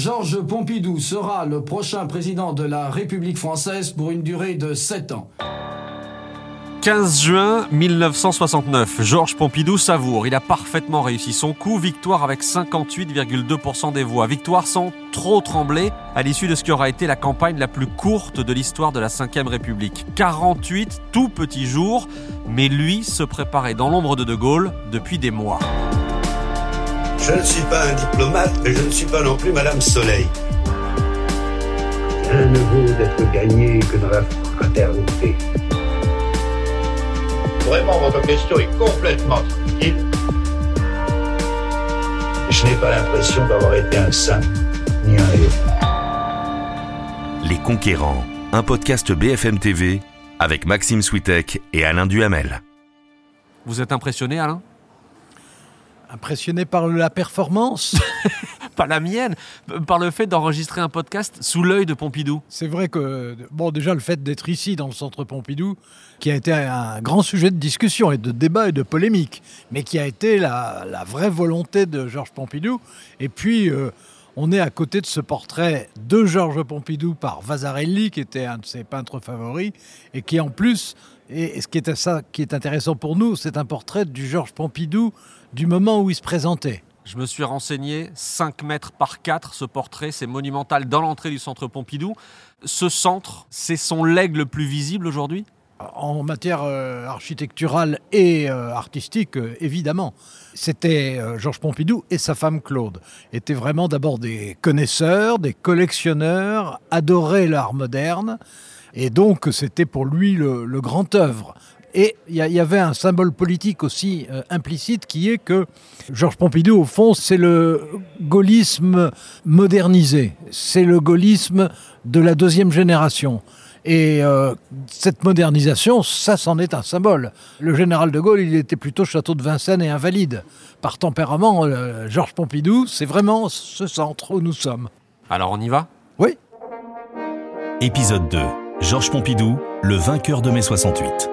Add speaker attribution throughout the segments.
Speaker 1: Georges Pompidou sera le prochain président de la République française pour une durée de 7 ans.
Speaker 2: 15 juin 1969, Georges Pompidou savoure. Il a parfaitement réussi son coup. Victoire avec 58,2% des voix. Victoire sans trop trembler à l'issue de ce qui aura été la campagne la plus courte de l'histoire de la Ve République. 48 tout petits jours, mais lui se préparait dans l'ombre de Gaulle depuis des mois.
Speaker 3: Je ne suis pas un diplomate, mais je ne suis pas non plus Madame Soleil.
Speaker 4: Rien ne vaut d'être gagné que dans la fraternité.
Speaker 3: Vraiment, votre question est complètement tranquille. Je n'ai pas l'impression d'avoir été un saint, ni un héros.
Speaker 5: Les Conquérants, un podcast BFM TV avec Maxime Switek et Alain Duhamel.
Speaker 2: Vous êtes impressionné, Alain ?
Speaker 6: Impressionné par la performance ?
Speaker 2: Pas la mienne, par le fait d'enregistrer un podcast sous l'œil de Pompidou.
Speaker 6: C'est vrai que, déjà le fait d'être ici dans le centre Pompidou, qui a été un grand sujet de discussion et de débat et de polémique, mais qui a été la vraie volonté de Georges Pompidou. Et puis, on est à côté de ce portrait de Georges Pompidou par Vasarely, qui était un de ses peintres favoris, et qui en plus, et ce qui est intéressant pour nous, c'est un portrait du Georges Pompidou du moment où il se présentait.
Speaker 2: Je me suis renseigné, 5 mètres par 4, ce portrait, c'est monumental dans l'entrée du centre Pompidou. Ce centre, c'est son legs le plus visible aujourd'hui ?
Speaker 6: En matière architecturale et artistique, évidemment. C'était Georges Pompidou et sa femme Claude. Étaient vraiment d'abord des connaisseurs, des collectionneurs, adoraient l'art moderne. Et donc, c'était pour lui le grand œuvre. Et il y avait un symbole politique aussi implicite qui est que Georges Pompidou, au fond, c'est le gaullisme modernisé. C'est le gaullisme de la deuxième génération. Et cette modernisation, ça, c'en est un symbole. Le général de Gaulle, il était plutôt château de Vincennes et invalide. Par tempérament, Georges Pompidou, c'est vraiment ce centre où nous sommes.
Speaker 2: Alors on y va ?
Speaker 6: Oui.
Speaker 5: Épisode 2. Georges Pompidou, le vainqueur de mai 68.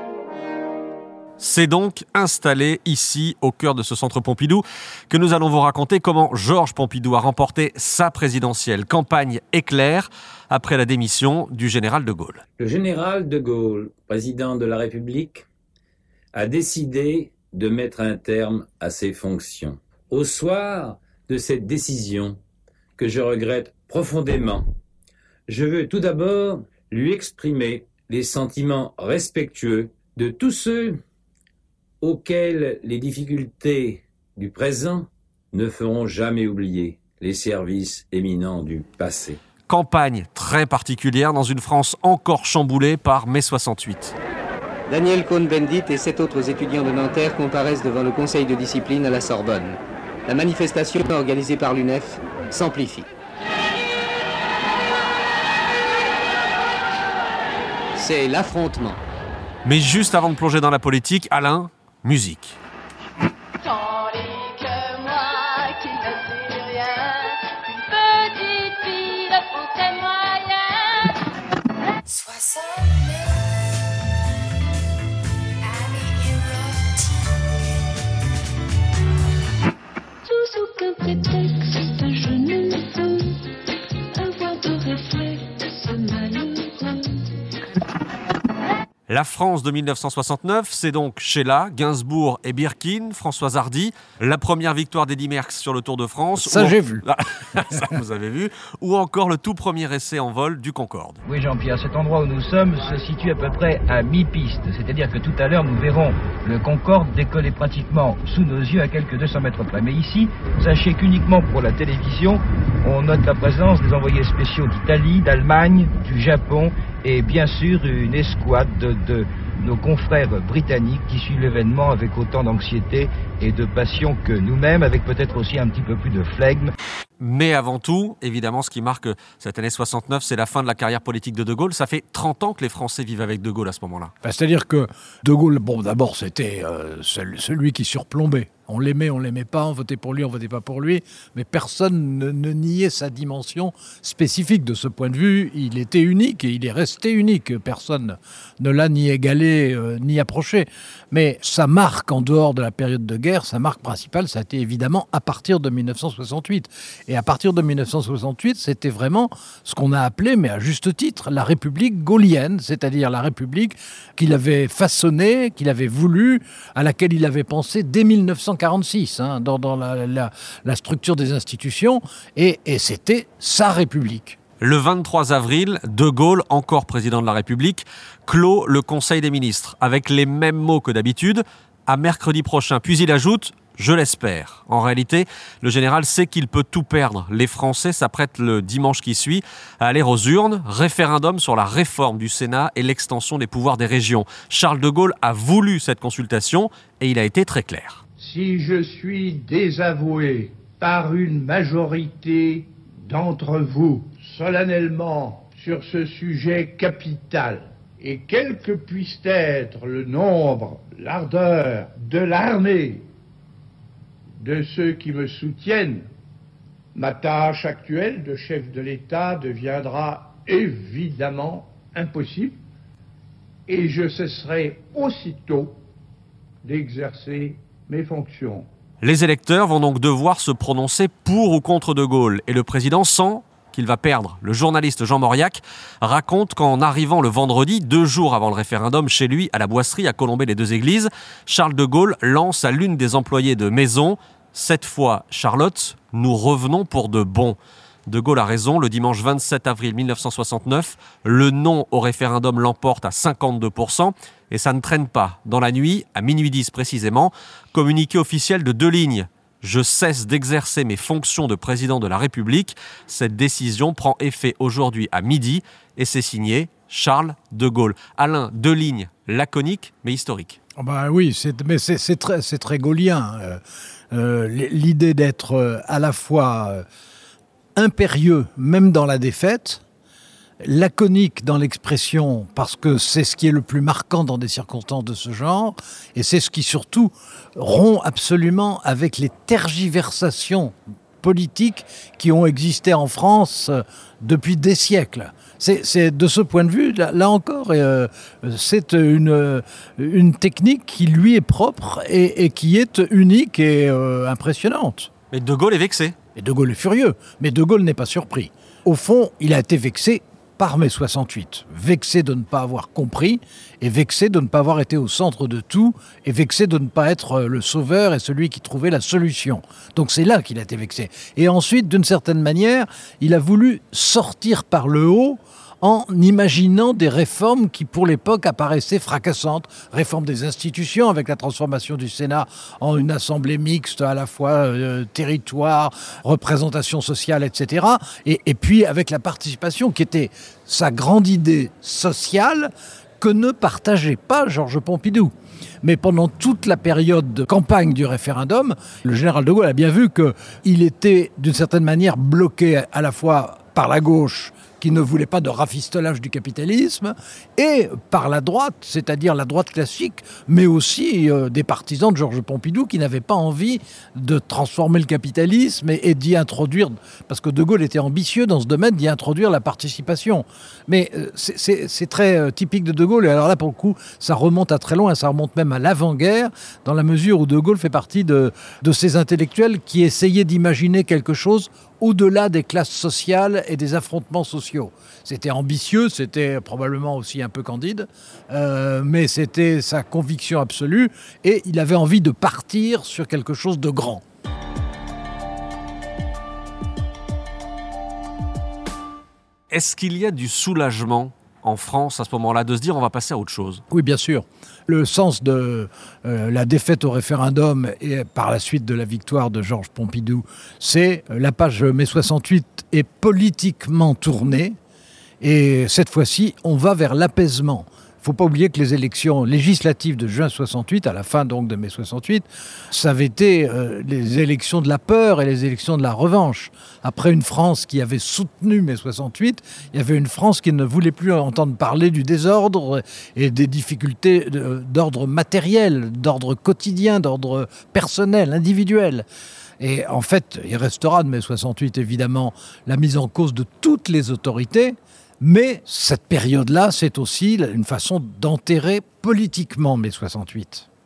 Speaker 2: C'est donc installé ici, au cœur de ce centre Pompidou, que nous allons vous raconter comment Georges Pompidou a remporté sa présidentielle campagne éclair après la démission du général de Gaulle.
Speaker 7: Le général de Gaulle, président de la République, a décidé de mettre un terme à ses fonctions. Au soir de cette décision, que je regrette profondément, je veux tout d'abord lui exprimer les sentiments respectueux de tous ceux auxquels les difficultés du présent ne feront jamais oublier les services éminents du passé.
Speaker 2: Campagne très particulière dans une France encore chamboulée par mai 68.
Speaker 8: Daniel Cohn-Bendit et 7 autres étudiants de Nanterre comparaissent devant le conseil de discipline à la Sorbonne. La manifestation organisée par l'UNEF s'amplifie. C'est l'affrontement.
Speaker 2: Mais juste avant de plonger dans la politique, Alain, musique.
Speaker 9: Tandis que moi qui ne sais rien, une petite fille de français moyen.
Speaker 10: 69,
Speaker 9: Sous aucun prétexte, je ne veux avoir de réflexe malheureux.
Speaker 2: La France de 1969, c'est donc Sheila, Gainsbourg et Birkin, Françoise Hardy, la première victoire d'Eddy Merckx sur le Tour de France.
Speaker 6: Ça, j'ai vu.
Speaker 2: Ça, vous avez vu. Ou encore le tout premier essai en vol du Concorde.
Speaker 11: Oui, Jean-Pierre, cet endroit où nous sommes se situe à peu près à mi-piste. C'est-à-dire que tout à l'heure, nous verrons le Concorde décoller pratiquement sous nos yeux à quelques 200 mètres près. Mais ici, sachez qu'uniquement pour la télévision, on note la présence des envoyés spéciaux d'Italie, d'Allemagne, du Japon et bien sûr une escouade de nos confrères britanniques qui suivent l'événement avec autant d'anxiété et de passion que nous-mêmes, avec peut-être aussi un petit peu plus de flegme.
Speaker 2: Mais avant tout, évidemment, ce qui marque cette année 69, c'est la fin de la carrière politique de De Gaulle. Ça fait 30 ans que les Français vivent avec De Gaulle à ce moment-là.
Speaker 6: C'est-à-dire que De Gaulle, d'abord, c'était celui qui surplombait. On l'aimait pas, on votait pour lui, on votait pas pour lui, mais personne ne niait sa dimension spécifique. De ce point de vue, il était unique et il est resté unique. Personne ne l'a ni égalé, ni approché. Mais sa marque, en dehors de la période de guerre, sa marque principale, ça a été évidemment à partir de 1968. Et à partir de 1968, c'était vraiment ce qu'on a appelé, mais à juste titre, la République gaullienne, c'est-à-dire la République qu'il avait façonnée, qu'il avait voulu, à laquelle il avait pensé dès 1946, dans la structure des institutions, et c'était sa République.
Speaker 2: Le 23 avril, De Gaulle, encore président de la République, clôt le Conseil des ministres avec les mêmes mots que d'habitude, à mercredi prochain. Puis il ajoute « Je l'espère ». En réalité, le général sait qu'il peut tout perdre. Les Français s'apprêtent le dimanche qui suit à aller aux urnes, référendum sur la réforme du Sénat et l'extension des pouvoirs des régions. Charles de Gaulle a voulu cette consultation et il a été très clair.
Speaker 10: Si je suis désavoué par une majorité d'entre vous, solennellement sur ce sujet capital, et quel que puisse être le nombre, l'ardeur de l'armée de ceux qui me soutiennent, ma tâche actuelle de chef de l'État deviendra évidemment impossible et je cesserai aussitôt d'exercer mes fonctions.
Speaker 2: Les électeurs vont donc devoir se prononcer pour ou contre De Gaulle et le président sent qu'il va perdre. Le journaliste Jean Mauriac raconte qu'en arrivant le vendredi, 2 jours avant le référendum, chez lui, à la Boisserie, à Colombey-les-Deux-Églises, Charles de Gaulle lance à l'une des employées de maison « Cette fois, Charlotte, nous revenons pour de bon ». De Gaulle a raison, le dimanche 27 avril 1969, le non au référendum l'emporte à 52%, et ça ne traîne pas. Dans la nuit, à minuit 10 précisément, communiqué officiel de 2 lignes. Je cesse d'exercer mes fonctions de président de la République. Cette décision prend effet aujourd'hui à midi et c'est signé Charles de Gaulle. Alain, 2 lignes laconiques mais historiques.
Speaker 6: Oui, c'est très gaullien. L'idée d'être à la fois impérieux, même dans la défaite, laconique dans l'expression, parce que c'est ce qui est le plus marquant dans des circonstances de ce genre, et c'est ce qui surtout rompt absolument avec les tergiversations politiques qui ont existé en France depuis des siècles. C'est de ce point de vue, là encore, c'est une technique qui lui est propre et qui est unique et impressionnante.
Speaker 2: Mais De Gaulle est vexé.
Speaker 6: Et De Gaulle est furieux, mais De Gaulle n'est pas surpris. Au fond, il a été vexé par mai 68, vexé de ne pas avoir compris, et vexé de ne pas avoir été au centre de tout, et vexé de ne pas être le sauveur et celui qui trouvait la solution. Donc c'est là qu'il a été vexé. Et ensuite, d'une certaine manière, il a voulu sortir par le haut en imaginant des réformes qui, pour l'époque, apparaissaient fracassantes. Réforme des institutions, avec la transformation du Sénat en une assemblée mixte, à la fois territoire, représentation sociale, etc. Et puis avec la participation, qui était sa grande idée sociale, que ne partageait pas Georges Pompidou. Mais pendant toute la période de campagne du référendum, le général de Gaulle a bien vu qu'il était, d'une certaine manière, bloqué à la fois par la gauche, qui ne voulait pas de rafistolage du capitalisme, et par la droite, c'est-à-dire la droite classique, mais aussi des partisans de Georges Pompidou qui n'avaient pas envie de transformer le capitalisme et d'y introduire, parce que De Gaulle était ambitieux dans ce domaine, d'y introduire la participation. Mais c'est très typique de Gaulle, et alors là, pour le coup, ça remonte à très loin, ça remonte même à l'avant-guerre, dans la mesure où De Gaulle fait partie de ces intellectuels qui essayaient d'imaginer quelque chose au-delà des classes sociales et des affrontements sociaux. C'était ambitieux, c'était probablement aussi un peu candide, mais c'était sa conviction absolue et il avait envie de partir sur quelque chose de grand.
Speaker 2: Est-ce qu'il y a du soulagement en France à ce moment-là, de se dire on va passer à autre chose?
Speaker 6: Oui, bien sûr. Le sens de la défaite au référendum et par la suite de la victoire de Georges Pompidou, c'est la page mai 68 est politiquement tournée et cette fois-ci, on va vers l'apaisement. Il ne faut pas oublier que les élections législatives de juin 68, à la fin donc de mai 68, ça avait été les élections de la peur et les élections de la revanche. Après une France qui avait soutenu mai 68, il y avait une France qui ne voulait plus entendre parler du désordre et des difficultés d'ordre matériel, d'ordre quotidien, d'ordre personnel, individuel. Et en fait, il restera de mai 68 évidemment la mise en cause de toutes les autorités. Mais cette période-là, c'est aussi une façon d'enterrer politiquement mai 68.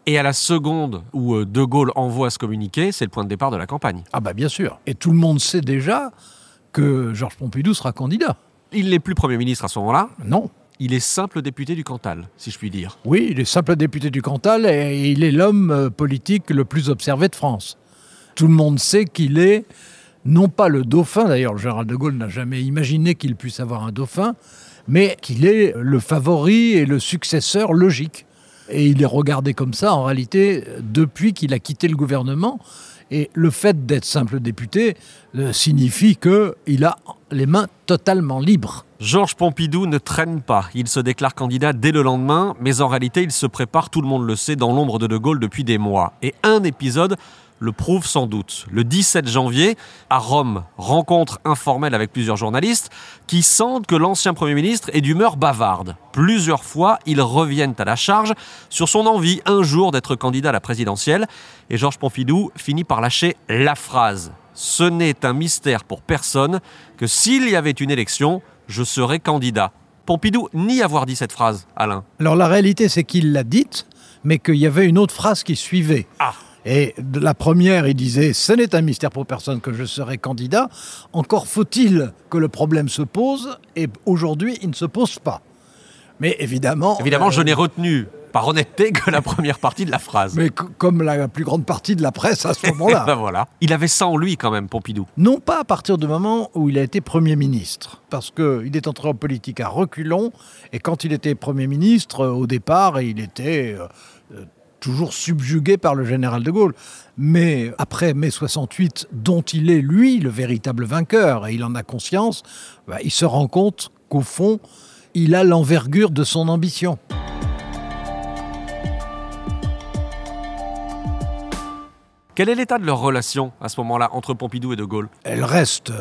Speaker 2: Et à la seconde où De Gaulle envoie ce communiqué, c'est le point de départ de la campagne.
Speaker 6: Ah bah bien sûr. Et tout le monde sait déjà que Georges Pompidou sera candidat.
Speaker 2: Il n'est plus Premier ministre à ce moment-là.
Speaker 6: Non.
Speaker 2: Il est simple député du Cantal, si je puis dire.
Speaker 6: Oui, il est simple député du Cantal et il est l'homme politique le plus observé de France. Tout le monde sait qu'il est, non pas le dauphin, d'ailleurs le général de Gaulle n'a jamais imaginé qu'il puisse avoir un dauphin, mais qu'il est le favori et le successeur logique. Et il est regardé comme ça, en réalité, depuis qu'il a quitté le gouvernement. Et le fait d'être simple député signifie qu'il a les mains totalement libres.
Speaker 2: Georges Pompidou ne traîne pas. Il se déclare candidat dès le lendemain, mais en réalité, il se prépare, tout le monde le sait, dans l'ombre de Gaulle depuis des mois. Et un épisode le prouve sans doute. Le 17 janvier, à Rome, rencontre informelle avec plusieurs journalistes qui sentent que l'ancien Premier ministre est d'humeur bavarde. Plusieurs fois, ils reviennent à la charge sur son envie un jour d'être candidat à la présidentielle. Et Georges Pompidou finit par lâcher la phrase « Ce n'est un mystère pour personne que s'il y avait une élection, je serais candidat ». Pompidou nie avoir dit cette phrase, Alain.
Speaker 6: Alors la réalité, c'est qu'il l'a dite, mais qu'il y avait une autre phrase qui suivait.
Speaker 2: Ah.
Speaker 6: Et de la première, il disait « Ce n'est un mystère pour personne que je serai candidat. Encore faut-il que le problème se pose, et aujourd'hui, il ne se pose pas. » Mais évidemment...
Speaker 2: Évidemment, je n'ai retenu, par honnêteté, que la première partie de la phrase.
Speaker 6: Mais comme la plus grande partie de la presse à ce moment-là.
Speaker 2: Ben voilà. Il avait ça en lui quand même, Pompidou.
Speaker 6: Non pas à partir du moment où il a été Premier ministre, parce qu'il est entré en politique à reculons, et quand il était Premier ministre, au départ, il était... toujours subjugué par le général de Gaulle. Mais après mai 68, dont il est, lui, le véritable vainqueur, et il en a conscience, il se rend compte qu'au fond, il a l'envergure de son ambition.
Speaker 2: Quel est l'état de leur relation, à ce moment-là, entre Pompidou et de Gaulle ?
Speaker 6: Elle reste,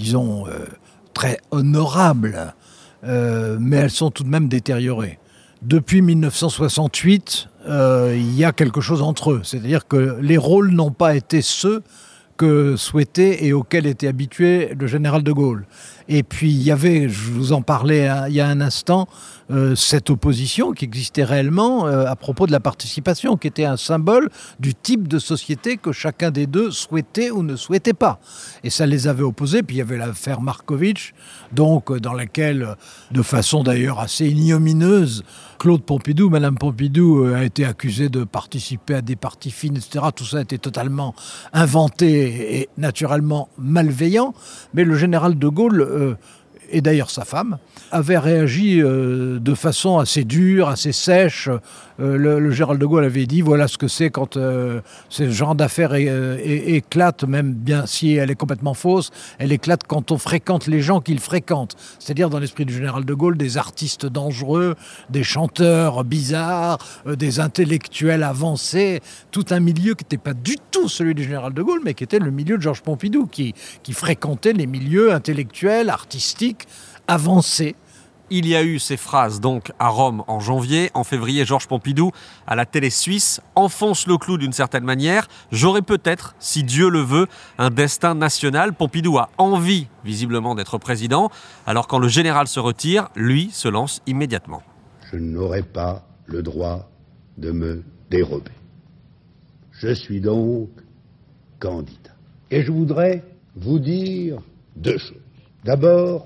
Speaker 6: très honorable, mais elles sont tout de même détériorées. Depuis 1968, il y a quelque chose entre eux. C'est-à-dire que les rôles n'ont pas été ceux que souhaitait et auquel était habitué le général de Gaulle. Et puis il y avait, je vous en parlais il y a un instant, cette opposition qui existait réellement à propos de la participation, qui était un symbole du type de société que chacun des deux souhaitait ou ne souhaitait pas. Et ça les avait opposés. Puis il y avait l'affaire Markovitch, donc dans laquelle, de façon d'ailleurs assez ignomineuse, Claude Pompidou, Madame Pompidou a été accusée de participer à des parties fines, etc. Tout ça a été totalement inventé et naturellement malveillant. Mais le général de Gaulle, et d'ailleurs sa femme, avait réagi de façon assez dure, assez sèche. Le général de Gaulle avait dit, voilà ce que c'est quand ce genre d'affaire éclate, même bien si elle est complètement fausse, elle éclate quand on fréquente les gens qu'il fréquente. C'est-à-dire dans l'esprit du général de Gaulle, des artistes dangereux, des chanteurs bizarres, des intellectuels avancés, tout un milieu qui n'était pas du tout celui du général de Gaulle, mais qui était le milieu de Georges Pompidou, qui fréquentait les milieux intellectuels, artistiques, avancés.
Speaker 2: Il y a eu ces phrases donc à Rome en janvier. En février, Georges Pompidou, à la télé suisse, enfonce le clou d'une certaine manière. J'aurai peut-être, si Dieu le veut, un destin national. Pompidou a envie, visiblement, d'être président. Alors quand le général se retire, lui se lance immédiatement.
Speaker 4: Je n'aurai pas le droit de me dérober. Je suis donc candidat. Et je voudrais vous dire deux choses. D'abord,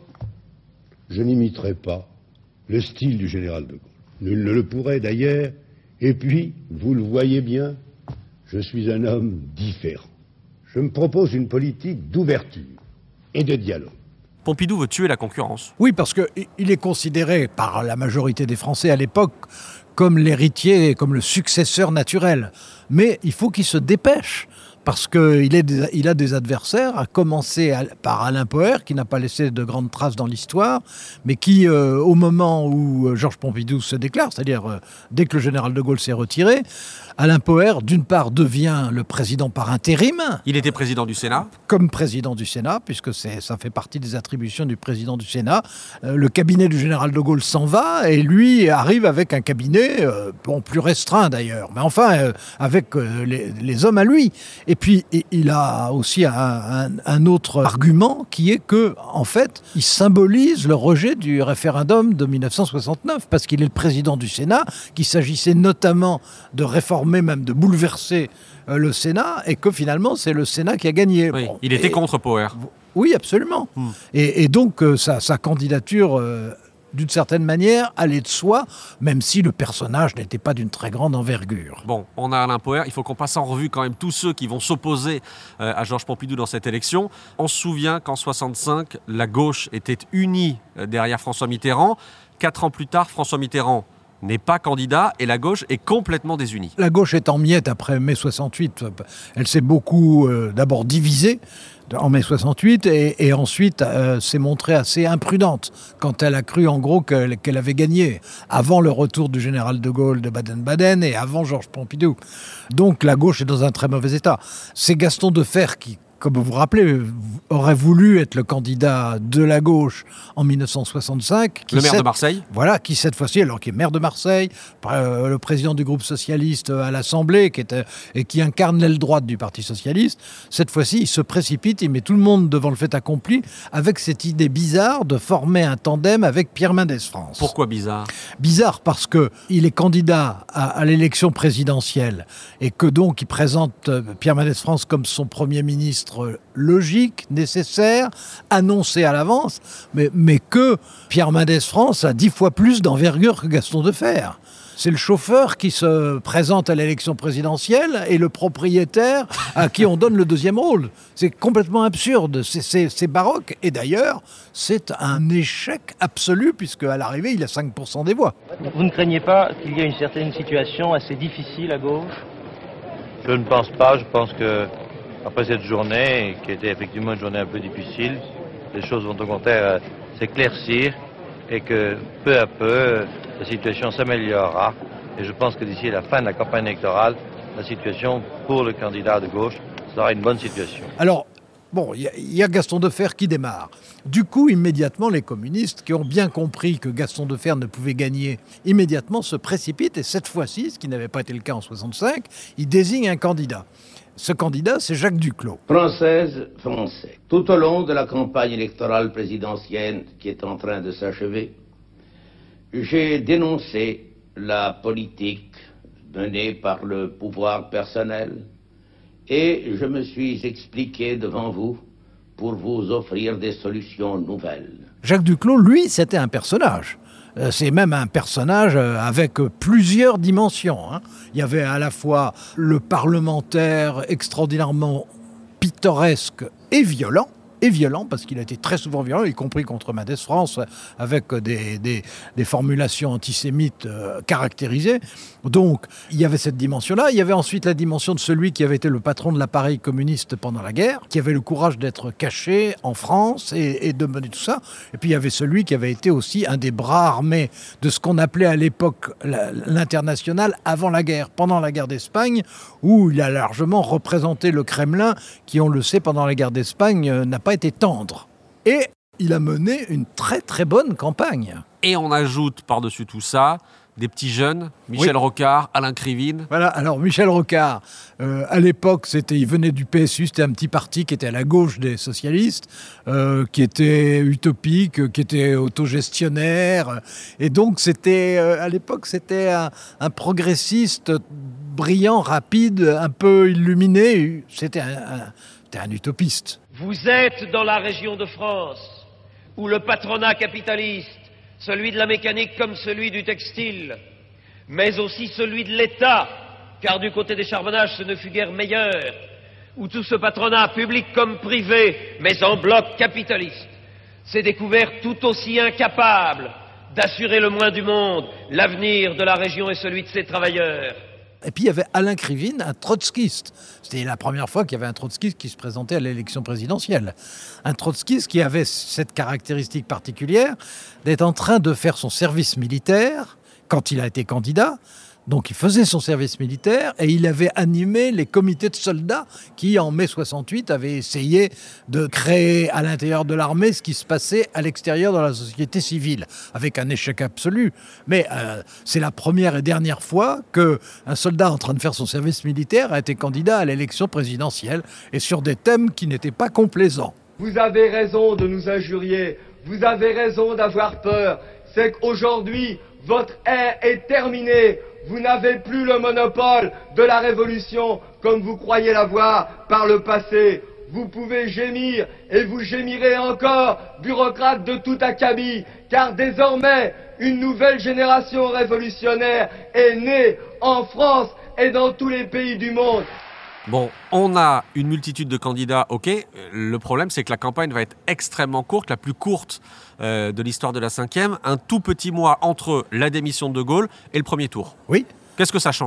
Speaker 4: je n'imiterai pas le style du général de Gaulle. Nul ne le pourrait d'ailleurs. Et puis, vous le voyez bien, je suis un homme différent. Je me propose une politique d'ouverture et de dialogue.
Speaker 2: Pompidou veut tuer la concurrence.
Speaker 6: Oui, parce qu'il est considéré par la majorité des Français à l'époque comme l'héritier, comme le successeur naturel. Mais il faut qu'il se dépêche. Parce qu'il a des adversaires, à commencer par Alain Poher, qui n'a pas laissé de grandes traces dans l'histoire, mais qui, au moment où Georges Pompidou se déclare, c'est-à-dire dès que le général de Gaulle s'est retiré, Alain Poher, d'une part, devient le président par intérim.
Speaker 2: Il était président du Sénat.
Speaker 6: Comme président du Sénat, puisque ça fait partie des attributions du président du Sénat. Le cabinet du général de Gaulle s'en va, et lui arrive avec un cabinet, plus restreint d'ailleurs, mais enfin, avec les hommes à lui. Et puis, il a aussi un autre argument qui est que, en fait, il symbolise le rejet du référendum de 1969, parce qu'il est le président du Sénat, qu'il s'agissait notamment de réformer, même de bouleverser le Sénat, et que finalement, c'est le Sénat qui a gagné.
Speaker 2: Oui, il était contre Poher.
Speaker 6: Oui, absolument. Et donc, sa candidature... d'une certaine manière, allait de soi, même si le personnage n'était pas d'une très grande envergure.
Speaker 2: Bon, on a Alain Poher, il faut qu'on passe en revue quand même tous ceux qui vont s'opposer à Georges Pompidou dans cette élection. On se souvient qu'en 65, la gauche était unie derrière François Mitterrand. 4 ans plus tard, François Mitterrand n'est pas candidat et la gauche est complètement désunie.
Speaker 6: La gauche est en miettes après mai 68. Elle s'est beaucoup d'abord divisée en mai 68 et ensuite s'est montrée assez imprudente quand elle a cru en gros qu'elle avait gagné avant le retour du général de Gaulle de Baden-Baden et avant Georges Pompidou. Donc la gauche est dans un très mauvais état. C'est Gaston Defferre qui, comme vous vous rappelez, aurait voulu être le candidat de la gauche en 1965.
Speaker 2: Le maire de Marseille.
Speaker 6: Voilà, qui cette fois-ci, alors qui est maire de Marseille, le président du groupe socialiste à l'Assemblée, qui incarne l'aile droite du Parti socialiste, cette fois-ci, il se précipite, il met tout le monde devant le fait accompli, avec cette idée bizarre de former un tandem avec Pierre Mendès France.
Speaker 2: Pourquoi bizarre ?
Speaker 6: Bizarre parce qu'il est candidat à l'élection présidentielle et que donc il présente Pierre Mendès France comme son Premier ministre logique, nécessaire, annoncé à l'avance, mais que Pierre Mendès France a 10 fois plus d'envergure que Gaston Defferre. C'est le chauffeur qui se présente à l'élection présidentielle et le propriétaire à qui on donne le deuxième rôle. C'est complètement absurde, c'est baroque. Et d'ailleurs, c'est un échec absolu puisque à l'arrivée, il a 5% des voix.
Speaker 12: Vous ne craignez pas qu'il y ait une certaine situation assez difficile à gauche ?
Speaker 13: Je ne pense pas. Je pense que après cette journée, qui était effectivement une journée un peu difficile, les choses vont au contraire s'éclaircir et que peu à peu, la situation s'améliorera. Et je pense que d'ici la fin de la campagne électorale, la situation pour le candidat de gauche sera une bonne situation.
Speaker 6: Alors, bon, il y a Gaston Defferre qui démarre. Du coup, immédiatement, les communistes, qui ont bien compris que Gaston Defferre ne pouvait gagner, immédiatement se précipitent. Et cette fois-ci, ce qui n'avait pas été le cas en 65, ils désignent un candidat. Ce candidat, c'est Jacques Duclos.
Speaker 14: Française, Français. Tout au long de la campagne électorale présidentielle qui est en train de s'achever, j'ai dénoncé la politique menée par le pouvoir personnel et je me suis expliqué devant vous pour vous offrir des solutions nouvelles.
Speaker 6: Jacques Duclos, lui, c'était un personnage. C'est même un personnage avec plusieurs dimensions. Il y avait à la fois le parlementaire extraordinairement pittoresque et violent parce qu'il a été très souvent violent, y compris contre Mendès France, avec des formulations antisémites caractérisées. Donc, il y avait cette dimension-là. Il y avait ensuite la dimension de celui qui avait été le patron de l'appareil communiste pendant la guerre, qui avait le courage d'être caché en France et de mener tout ça. Et puis, il y avait celui qui avait été aussi un des bras armés de ce qu'on appelait à l'époque l'international avant la guerre, pendant la guerre d'Espagne, où il a largement représenté le Kremlin, qui, on le sait, pendant la guerre d'Espagne, n'a pas été tendre. Et il a mené une très très bonne campagne.
Speaker 2: Et on ajoute par-dessus tout ça des petits jeunes, Michel Rocard, Alain Krivine.
Speaker 6: Voilà, alors Michel Rocard, à l'époque, il venait du PSU, c'était un petit parti qui était à la gauche des socialistes, qui était utopique, qui était autogestionnaire. Et donc, à l'époque, c'était un progressiste brillant, rapide, un peu illuminé. C'était un utopiste.
Speaker 15: Vous êtes dans la région de France où le patronat capitaliste, celui de la mécanique comme celui du textile, mais aussi celui de l'État, car du côté des charbonnages ce ne fut guère meilleur, où tout ce patronat, public comme privé, mais en bloc capitaliste, s'est découvert tout aussi incapable d'assurer le moins du monde l'avenir de la région et celui de ses travailleurs.
Speaker 6: Et puis il y avait Alain Krivine, un trotskiste. C'était la première fois qu'il y avait un trotskiste qui se présentait à l'élection présidentielle. Un trotskiste qui avait cette caractéristique particulière d'être en train de faire son service militaire quand il a été candidat, Donc il faisait son service militaire et il avait animé les comités de soldats qui, en mai 68, avaient essayé de créer à l'intérieur de l'armée ce qui se passait à l'extérieur dans la société civile, avec un échec absolu. Mais c'est la première et dernière fois qu'un soldat en train de faire son service militaire a été candidat à l'élection présidentielle et sur des thèmes qui n'étaient pas complaisants.
Speaker 16: Vous avez raison de nous injurier, vous avez raison d'avoir peur. C'est qu'aujourd'hui, votre ère est terminée. Vous n'avez plus le monopole de la révolution comme vous croyez l'avoir par le passé. Vous pouvez gémir et vous gémirez encore, bureaucrates de tout acabit, car désormais, une nouvelle génération révolutionnaire est née en France et dans tous les pays du monde.
Speaker 2: Bon, on a une multitude de candidats, ok. Le problème, c'est que la campagne va être extrêmement courte, la plus courte de l'histoire de la 5e. Un tout petit mois entre la démission de Gaulle et le premier tour.
Speaker 6: Oui.
Speaker 2: Qu'est-ce que ça change ?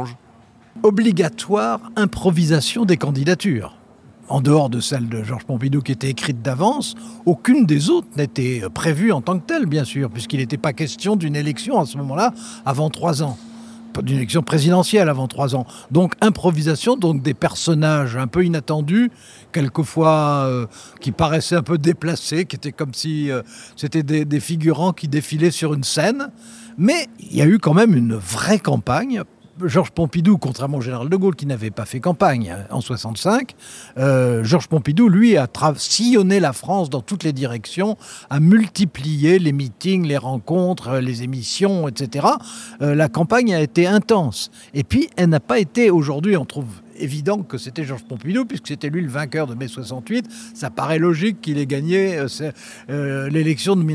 Speaker 6: Obligatoire improvisation des candidatures. En dehors de celle de Georges Pompidou qui était écrite d'avance, aucune des autres n'était prévue en tant que telle, bien sûr, puisqu'il n'était pas question d'une élection à ce moment-là avant 3 ans. D'une élection présidentielle avant 3 ans. Donc improvisation, donc des personnages un peu inattendus, quelquefois qui paraissaient un peu déplacés, qui étaient comme si c'était des figurants qui défilaient sur une scène. Mais il y a eu quand même une vraie campagne. Georges Pompidou, contrairement au général de Gaulle qui n'avait pas fait campagne en 65, Georges Pompidou, lui, a sillonné la France dans toutes les directions, a multiplié les meetings, les rencontres, les émissions, etc. La campagne a été intense. Et puis, elle n'a pas été, aujourd'hui, on trouve évident que c'était Georges Pompidou, puisque c'était lui le vainqueur de mai 68. Ça paraît logique qu'il ait gagné l'élection de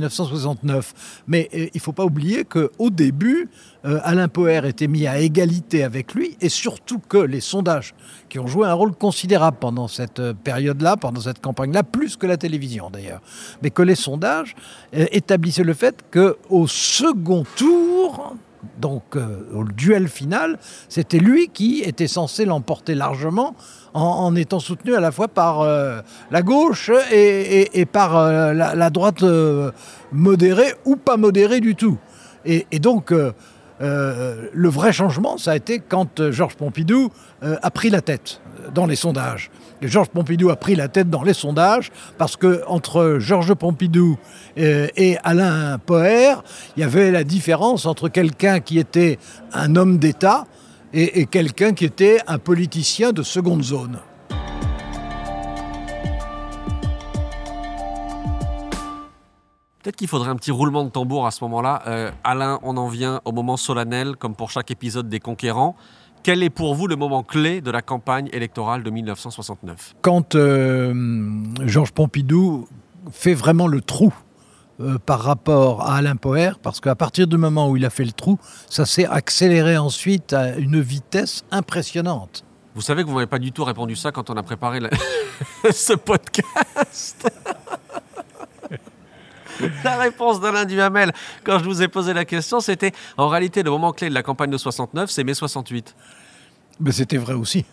Speaker 6: 1969. Mais il ne faut pas oublier qu'au début, Alain Poher était mis à égalité avec lui, et surtout que les sondages, qui ont joué un rôle considérable pendant cette période-là, pendant cette campagne-là, plus que la télévision d'ailleurs, mais que les sondages établissaient le fait qu'au second tour, donc au duel final, c'était lui qui était censé l'emporter largement en étant soutenu à la fois par la gauche et par la droite modérée ou pas modérée du tout. Et donc le vrai changement, ça a été quand Georges Pompidou a pris la tête dans les sondages. Et Georges Pompidou a pris la tête dans les sondages parce qu'entre Georges Pompidou et Alain Poher, il y avait la différence entre quelqu'un qui était un homme d'État et quelqu'un qui était un politicien de seconde zone.
Speaker 2: Peut-être qu'il faudrait un petit roulement de tambour à ce moment-là. Alain, on en vient au moment solennel, comme pour chaque épisode des Conquérants. Quel est pour vous le moment clé de la campagne électorale de 1969 ?
Speaker 6: Quand Georges Pompidou fait vraiment le trou par rapport à Alain Poher, parce qu'à partir du moment où il a fait le trou, ça s'est accéléré ensuite à une vitesse impressionnante.
Speaker 2: Vous savez que vous ne m'avez pas du tout répondu ça quand on a préparé ce podcast. La réponse d'Alain Duhamel, quand je vous ai posé la question, c'était en réalité le moment clé de la campagne de 69, c'est mai 68.
Speaker 6: Mais c'était vrai aussi.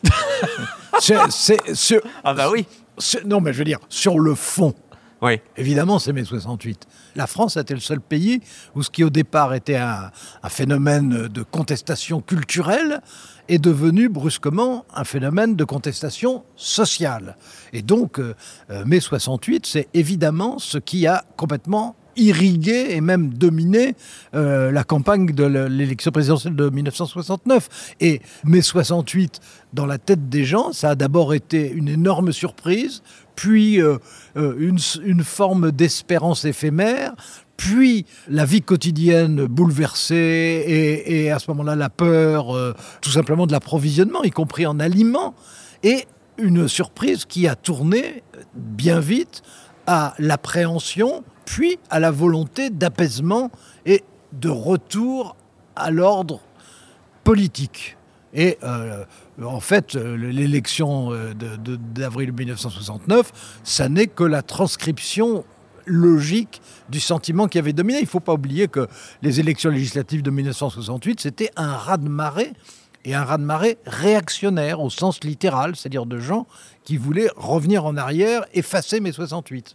Speaker 2: Ah bah oui.
Speaker 6: Non, mais je veux dire, sur le fond,
Speaker 2: oui.
Speaker 6: Évidemment, c'est mai 68. La France était le seul pays où ce qui au départ était un phénomène de contestation culturelle est devenu brusquement un phénomène de contestation sociale. Et donc, mai 68, c'est évidemment ce qui a complètement irrigué et même dominé la campagne de l'élection présidentielle de 1969. Et mai 68, dans la tête des gens, ça a d'abord été une énorme surprise, puis une forme d'espérance éphémère, puis la vie quotidienne bouleversée et à ce moment-là la peur tout simplement de l'approvisionnement, y compris en aliments, et une surprise qui a tourné bien vite à l'appréhension, puis à la volonté d'apaisement et de retour à l'ordre politique. Et en fait, l'élection d'avril 1969, ça n'est que la transcription logique du sentiment qui avait dominé. Il ne faut pas oublier que les élections législatives de 1968, c'était un raz-de-marée, et un raz-de-marée réactionnaire au sens littéral, c'est-à-dire de gens qui voulaient revenir en arrière, effacer mai 68.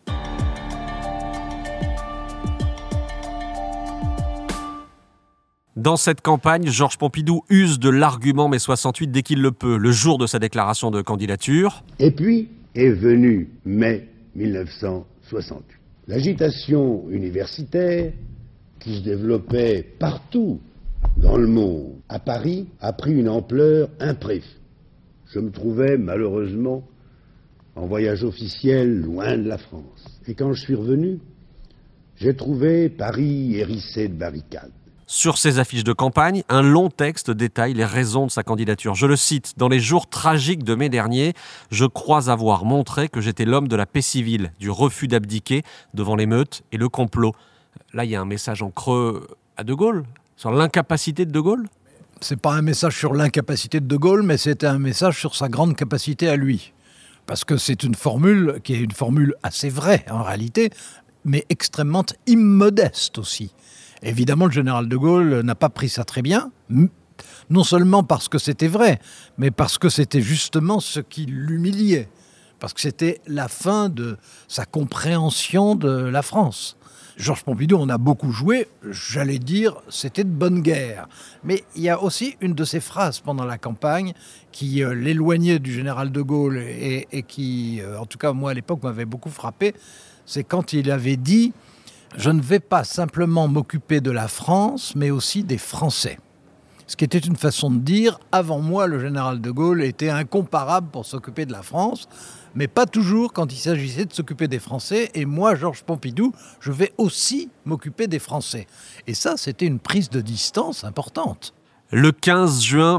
Speaker 2: Dans cette campagne, Georges Pompidou use de l'argument mai 68 dès qu'il le peut, le jour de sa déclaration de candidature.
Speaker 4: Et puis est venu mai 1968. L'agitation universitaire, qui se développait partout dans le monde, à Paris, a pris une ampleur imprévue. Je me trouvais malheureusement en voyage officiel loin de la France. Et quand je suis revenu, j'ai trouvé Paris hérissé de barricades.
Speaker 2: Sur ses affiches de campagne, un long texte détaille les raisons de sa candidature. Je le cite, « Dans les jours tragiques de mai dernier, je crois avoir montré que j'étais l'homme de la paix civile, du refus d'abdiquer devant l'émeute et le complot. » Là, il y a un message en creux à De Gaulle, sur l'incapacité de De Gaulle.
Speaker 6: C'est pas un message sur l'incapacité de De Gaulle, mais c'était un message sur sa grande capacité à lui. Parce que c'est une formule qui est une formule assez vraie, en réalité, mais extrêmement immodeste aussi. Évidemment, le général de Gaulle n'a pas pris ça très bien, non seulement parce que c'était vrai, mais parce que c'était justement ce qui l'humiliait, parce que c'était la fin de sa compréhension de la France. Georges Pompidou en a beaucoup joué, j'allais dire, c'était de bonne guerre. Mais il y a aussi une de ses phrases pendant la campagne qui l'éloignait du général de Gaulle et qui, en tout cas moi à l'époque, m'avait beaucoup frappé, c'est quand il avait dit « Je ne vais pas simplement m'occuper de la France, mais aussi des Français ». Ce qui était une façon de dire, avant moi, le général de Gaulle était incomparable pour s'occuper de la France, mais pas toujours quand il s'agissait de s'occuper des Français. Et moi, Georges Pompidou, je vais aussi m'occuper des Français. Et ça, c'était une prise de distance importante.
Speaker 2: Le 15 juin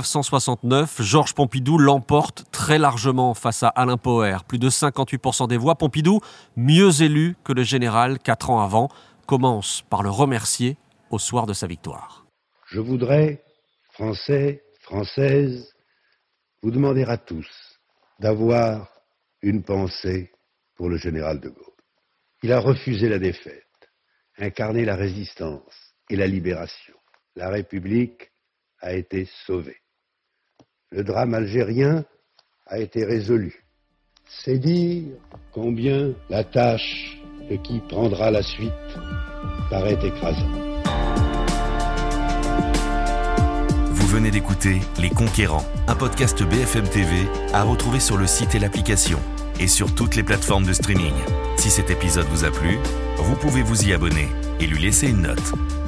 Speaker 2: 1969, Georges Pompidou l'emporte très largement face à Alain Poher. Plus de 58% des voix. Pompidou, mieux élu que le général 4 ans avant, commence par le remercier au soir de sa victoire.
Speaker 4: Je voudrais, Français, Françaises, vous demander à tous d'avoir une pensée pour le général de Gaulle. Il a refusé la défaite, incarné la résistance et la libération. La République a été sauvée. Le drame algérien a été résolu. C'est dire combien la tâche de qui prendra la suite paraît écrasante.
Speaker 5: Vous venez d'écouter Les Conquérants, un podcast BFM TV à retrouver sur le site et l'application et sur toutes les plateformes de streaming. Si cet épisode vous a plu, vous pouvez vous y abonner et lui laisser une note.